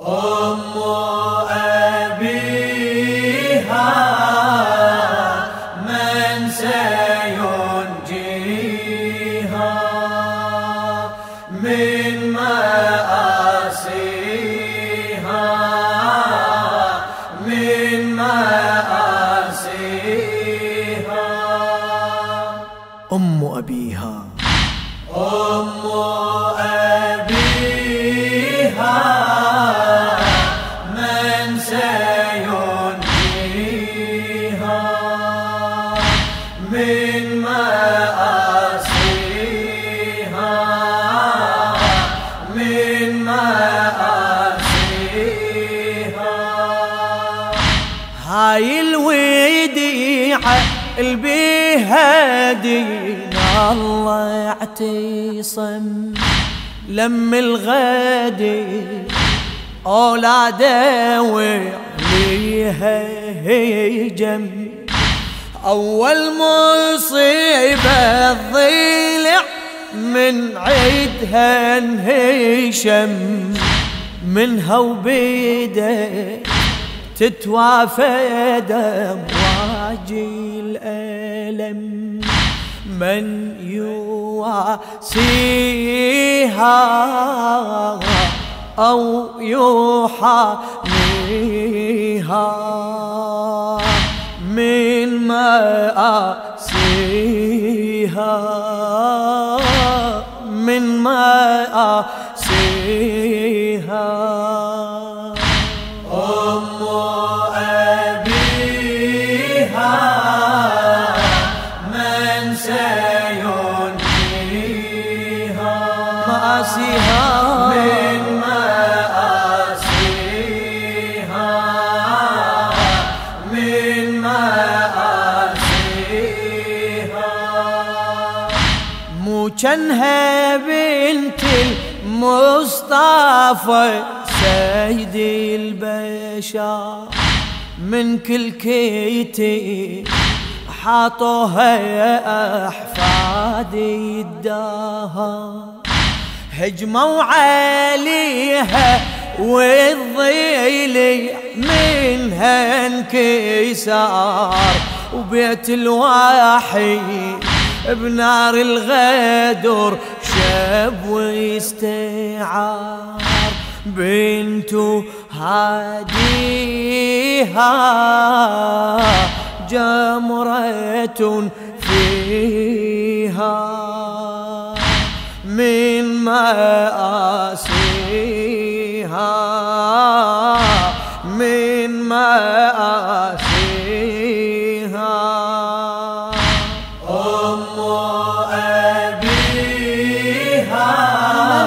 أم أبيها من سينجيها من مآسيها من مآسيها. أم أبيها أم أبيها من سينجيها من مآسيها من مآسيها. هاي الوديعة البيها دين الله اعتصم لم الغدي أولاده وعليها هجم. أول مصيبة الضلع من عيدها انهشم منها وبيده تتوافى دمواجي الألم. من يواسيها أو يحاميها من مآسيها من مآسيها. أم أبيها من سينجيها مآسيها من مآسيها من مآسيها. مو جنها بنت المصطفى سيد البشر من كل كيتي حاطوها أحفادي الدهر. هجموا عليها والضيل منها انكسار وبيت الوحيد بنار الغدر شب واستعار. بنت هاديها جمرة فيها من مآسيها من مآسيها. أم أبيها من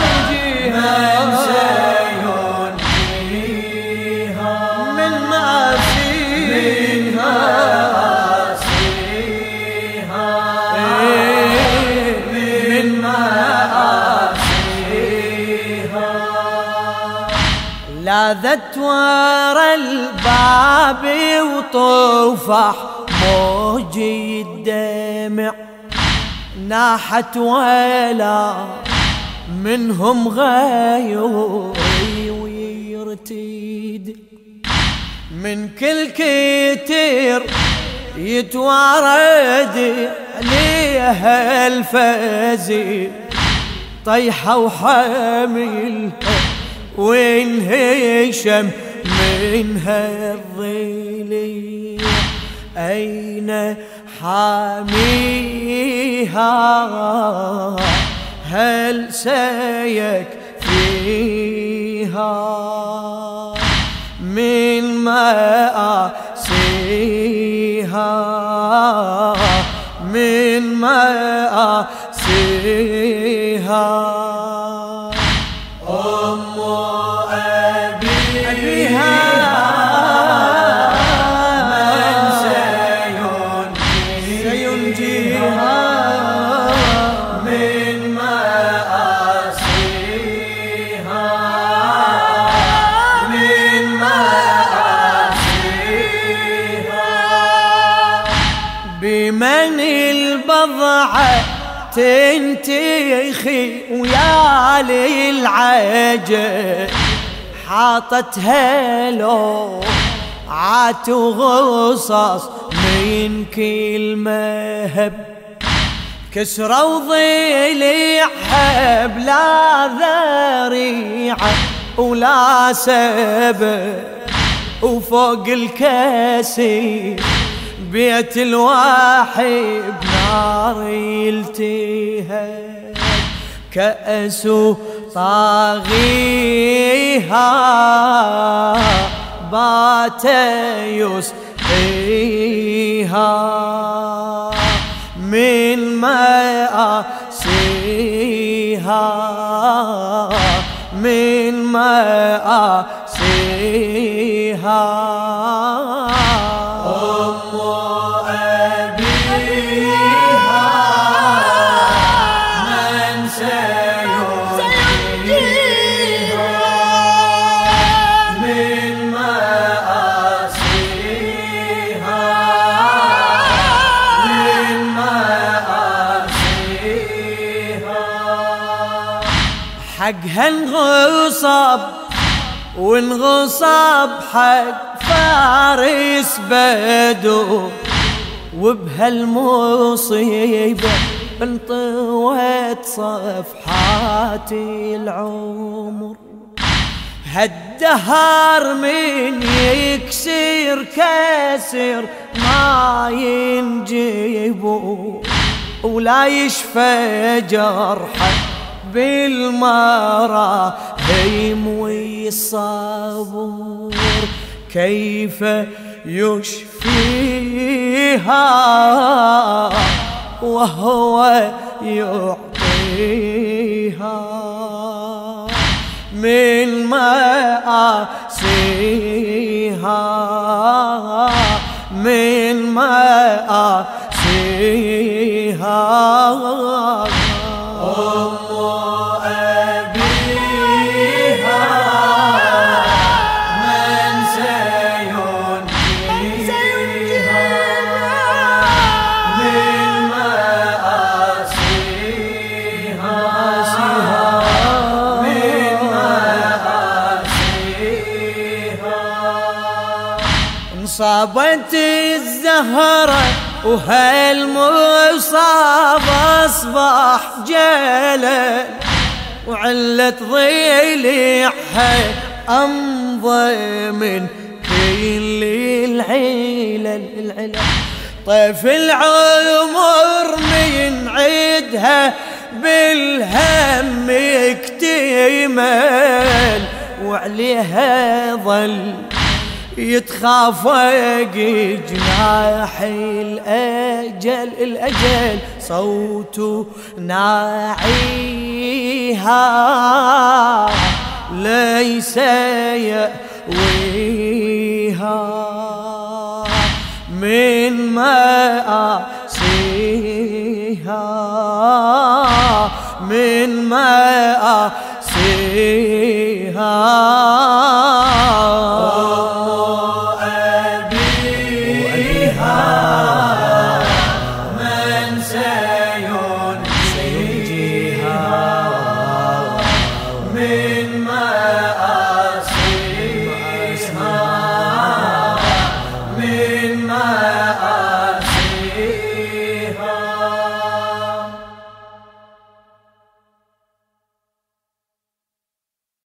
سينجيها من مآسيها من مآسيها. لاذت ورا الباب وطفح موجي الدمع. ناحت ولا منهم غيوري ويرتيد من كل كتير يتوارد عليها الفزي طيحة وحاملها وانهشم منها الظليل. أين حاميها هل سيكفيها من مآسيها من مآسيها. أم أبيها من سينجيها من مآسيها من مآسيها. بمن البضعة تنتخي ويا للعجب حاطتها لو عات وغصص من كل مهب، كسروا ضليعها بلا ذريعة ولا سبب، وفوق الكاسي بيت الواحد نار يلتهب، كأس طاغيها بات يسقيها من مآسيها، من مآسيها. أم أبيها من سينجيها من مآسيها، من مآسيها. حقها انغصب وانغصب حق فارس بدو، وبهالمصيبة انطوت صفحات العمر، هالدهر من يكسر كسر ما ينجيبه، ولا يشفى جرحه بالمراهم والصبر، كيف يشفيها وهو يعطيها من مآسيها، من مآسيها. صابت الزهرة وهالمصاب أصبح جلل، وعلت ضليعها أمضى من كل العلل، طيف العمر من عيدها بالهم اكتمل، وعليها ظل يتخافق جناح الأجل، صوت ناعيها ليس يأويها من مآسيها، من مآسيها. من